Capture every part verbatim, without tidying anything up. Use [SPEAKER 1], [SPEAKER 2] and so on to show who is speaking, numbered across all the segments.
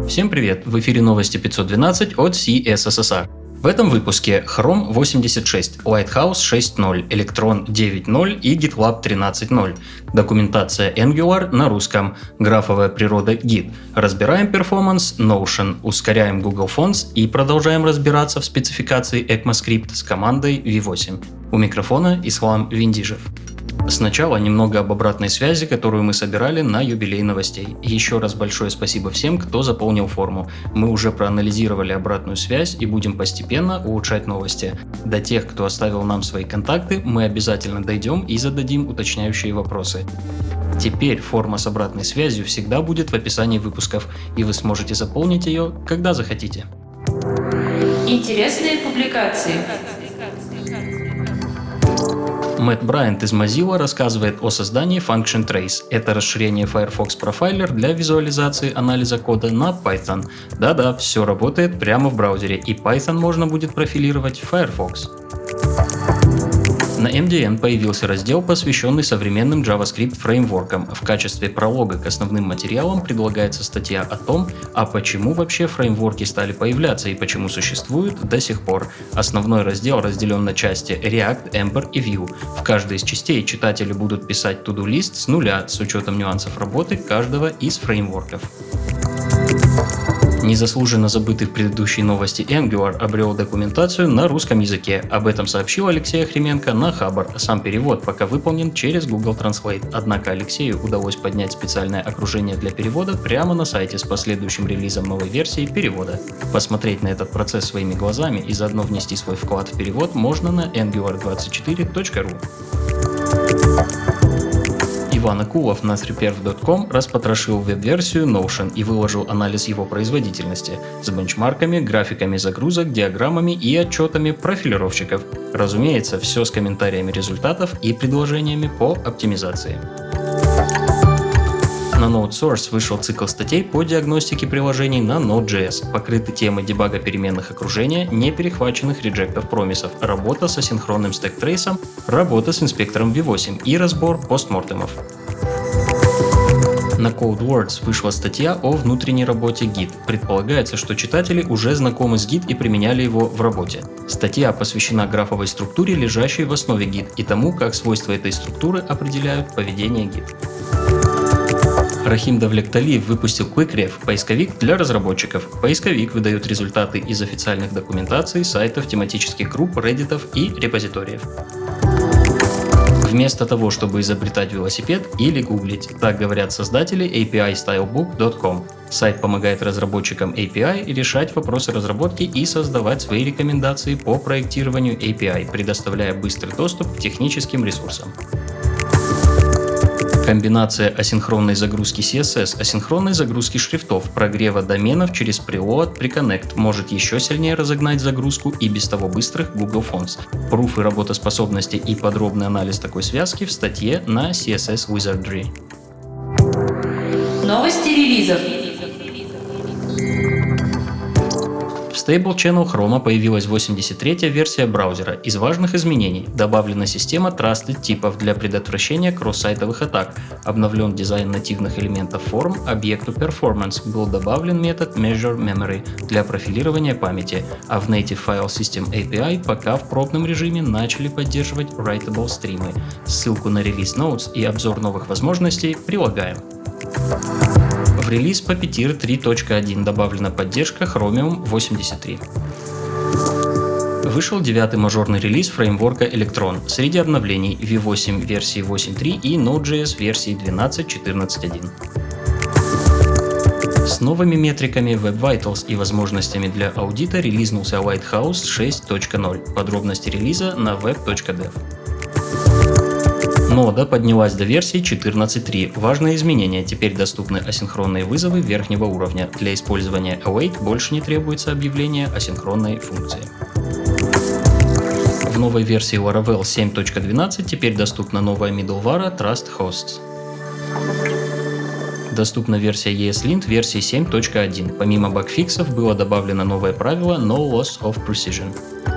[SPEAKER 1] Всем привет! В эфире новости пятьсот двенадцать от си эс эс эс ар. В этом выпуске Chrome восемьдесят шесть, Lighthouse шесть ноль, Electron девять ноль и GitLab тринадцать ноль, документация Angular на русском, графовая природа Git, разбираем перформанс Notion, ускоряем Google Fonts и продолжаем разбираться в спецификации ECMAScript с командой ви восемь. У микрофона Ислам Виндижев. Сначала немного об обратной связи, которую мы собирали на юбилей новостей. Еще раз большое спасибо всем, кто заполнил форму. Мы уже проанализировали обратную связь и будем постепенно улучшать новости. До тех, кто оставил нам свои контакты, мы обязательно дойдем и зададим уточняющие вопросы. Теперь форма с обратной связью всегда будет в описании выпусков, и вы сможете заполнить ее, когда захотите.
[SPEAKER 2] Интересные публикации.
[SPEAKER 1] Мэтт Брайант из Mozilla рассказывает о создании Function Trace. Это расширение Firefox Profiler для визуализации анализа кода на Python. Да-да, все работает прямо в браузере, и Python можно будет профилировать в Firefox. На эм ди эн появился раздел, посвященный современным JavaScript фреймворкам. В качестве пролога к основным материалам предлагается статья о том, а почему вообще фреймворки стали появляться и почему существуют до сих пор. Основной раздел разделен на части React, Ember и Vue. В каждой из частей читатели будут писать to-do-лист с нуля с учетом нюансов работы каждого из фреймворков. Незаслуженно забытый в предыдущей новости Angular обрел документацию на русском языке. Об этом сообщил Алексей Охрименко на Хабр. Сам перевод пока выполнен через Google Translate. Однако Алексею удалось поднять специальное окружение для перевода прямо на сайте с последующим релизом новой версии перевода. Посмотреть на этот процесс своими глазами и заодно внести свой вклад в перевод можно на angular двадцать четыре точка ру. Иван Акулов на три перф точка ком распотрошил веб-версию Notion и выложил анализ его производительности с бенчмарками, графиками загрузок, диаграммами и отчетами профилировщиков. Разумеется, все с комментариями результатов и предложениями по оптимизации. На NodeSource вышел цикл статей по диагностике приложений на Node.js. Покрыты темы дебага переменных окружения, не перехваченных реджектов промисов, работа с асинхронным стэк-трейсом, работа с инспектором ви восемь и разбор постмортемов. На CodeWords вышла статья о внутренней работе Git. Предполагается, что читатели уже знакомы с Git и применяли его в работе. Статья посвящена графовой структуре, лежащей в основе Git, и тому, как свойства этой структуры определяют поведение Git. Рахим Давлекталиев выпустил QuickRef – поисковик для разработчиков. Поисковик выдает результаты из официальных документаций, сайтов, тематических групп, реддитов и репозиториев. Вместо того, чтобы изобретать велосипед или гуглить, так говорят создатели эй пи ай стайлбук точка ком. Сайт помогает разработчикам эй пи ай решать вопросы разработки и создавать свои рекомендации по проектированию эй пи ай, предоставляя быстрый доступ к техническим ресурсам. Комбинация асинхронной загрузки си эс эс, асинхронной загрузки шрифтов, прогрева доменов через preload, preconnect может еще сильнее разогнать загрузку и без того быстрых Google Fonts. Пруфы работоспособности и подробный анализ такой связки в статье на си эс эс Wizardry.
[SPEAKER 2] Новости релизов.
[SPEAKER 1] В Stable Channel Chrome появилась восемьдесят третья версия браузера. Из важных изменений добавлена система Trusted типов для предотвращения кросс-сайтовых атак, обновлен дизайн нативных элементов форм, объекту Performance был добавлен метод Measure Memory для профилирования памяти, а в Native File System эй пи ай пока в пробном режиме начали поддерживать Writable стримы. Ссылку на релиз Notes и обзор новых возможностей прилагаем. В релиз Puppeteer три точка один добавлена поддержка Chromium восемьдесят три. Вышел девятый мажорный релиз фреймворка Electron. Среди обновлений ви восемь версии восемь точка три и Node.js версии двенадцать точка четырнадцать точка один. С новыми метриками Web Vitals и возможностями для аудита релизнулся Lighthouse шесть точка ноль. Подробности релиза на web точка dev. Нода поднялась до версии четырнадцать точка три. Важное изменение: теперь доступны асинхронные вызовы верхнего уровня. Для использования await больше не требуется объявление асинхронной функции. В новой версии Laravel семь точка двенадцать теперь доступна новая middleware Trust Hosts. Доступна версия и эс Lint версии семь точка один. Помимо багфиксов было добавлено новое правило No Loss of Precision.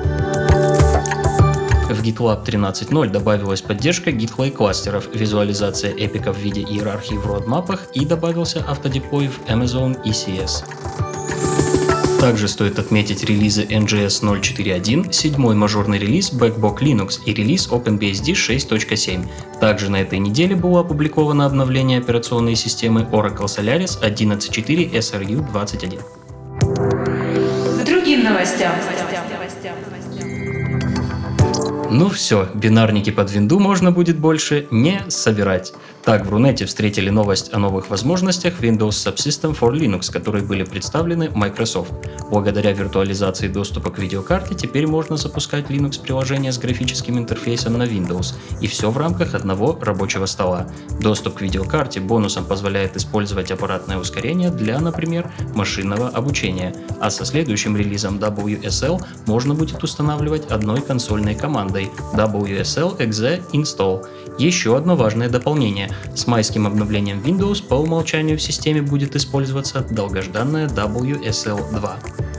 [SPEAKER 1] В GitLab тринадцать ноль добавилась поддержка GitLay кластеров, визуализация эпиков в виде иерархии в родмапах и добавился автодеплой в Amazon и си эс. Также стоит отметить релизы эн джи эс ноль четыре точка один, седьмой мажорный релиз Backbone Linux и релиз OpenBSD шесть точка семь. Также на этой неделе было опубликовано обновление операционной системы Oracle Solaris одиннадцать точка четыре эс эр ю двадцать один.
[SPEAKER 2] К другим новостям.
[SPEAKER 1] Ну все, бинарники под винду можно будет больше не собирать. Так, в Рунете встретили новость о новых возможностях Windows Subsystem for Linux, которые были представлены Microsoft. Благодаря виртуализации доступа к видеокарте теперь можно запускать Linux-приложение с графическим интерфейсом на Windows, и все в рамках одного рабочего стола. Доступ к видеокарте бонусом позволяет использовать аппаратное ускорение для, например, машинного обучения, а со следующим релизом дабл ю эс эл можно будет устанавливать одной консольной командой дабл ю эс эл exe install. Еще одно важное дополнение. С майским обновлением Windows по умолчанию в системе будет использоваться долгожданная дабл ю эс эл два.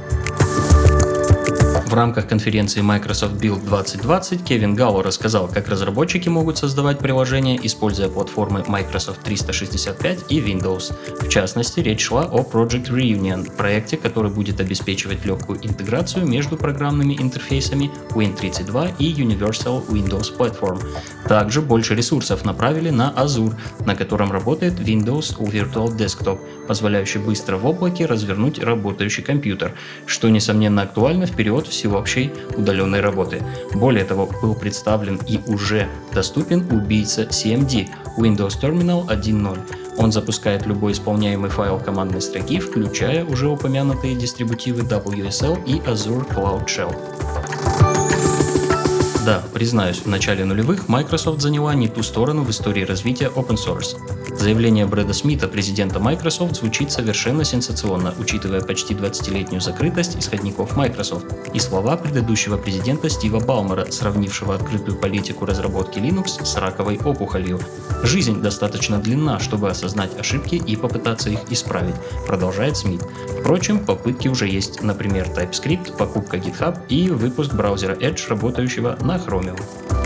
[SPEAKER 1] В рамках конференции Microsoft Build двадцать двадцать Кевин Галло рассказал, как разработчики могут создавать приложения, используя платформы Microsoft триста шестьдесят пять и Windows. В частности, речь шла о Project Reunion, проекте, который будет обеспечивать легкую интеграцию между программными интерфейсами Win тридцать два и Universal Windows Platform. Также больше ресурсов направили на Azure, на котором работает Windows Virtual Desktop, позволяющий быстро в облаке развернуть работающий компьютер, что несомненно актуально в период всеобщей удаленной работы. Более того, был представлен и уже доступен убийца си эм ди Windows Terminal один точка ноль. Он запускает любой исполняемый файл командной строки, включая уже упомянутые дистрибутивы дабл ю эс эл и Azure Cloud Shell. Да, признаюсь, в начале нулевых Microsoft заняла не ту сторону в истории развития Open Source. Заявление Брэда Смита, президента Microsoft, звучит совершенно сенсационно, учитывая почти двадцатилетнюю закрытость исходников Microsoft, и слова предыдущего президента Стива Балмера, сравнившего открытую политику разработки Linux с раковой опухолью. Жизнь достаточно длинна, чтобы осознать ошибки и попытаться их исправить, продолжает Смит. Впрочем, попытки уже есть, например, TypeScript, покупка GitHub и выпуск браузера Edge, работающего на Chromium.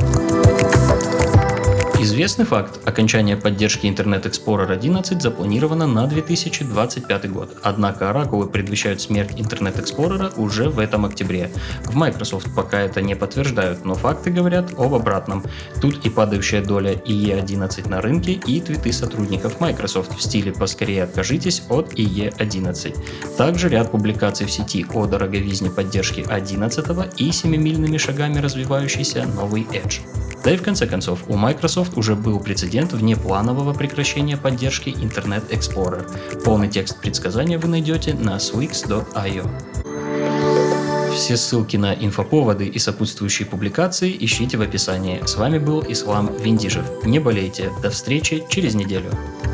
[SPEAKER 1] Известный факт: окончание поддержки Internet Explorer одиннадцать запланировано на две тысячи двадцать пятый год, однако оракулы предвещают смерть Internet Explorer уже в этом октябре. В Microsoft пока это не подтверждают, но факты говорят об обратном. Тут и падающая доля и и одиннадцать на рынке, и твиты сотрудников Microsoft в стиле «поскорее откажитесь от и и одиннадцать». Также ряд публикаций в сети о дороговизне поддержки одиннадцатого и семимильными шагами развивающийся новый Edge. Да и в конце концов, у Microsoft уже был прецедент внепланового прекращения поддержки Internet Explorer. Полный текст предсказания вы найдете на swix точка ай о. Все ссылки на инфоповоды и сопутствующие публикации ищите в описании. С вами был Ислам Виндижев. Не болейте. До встречи через неделю.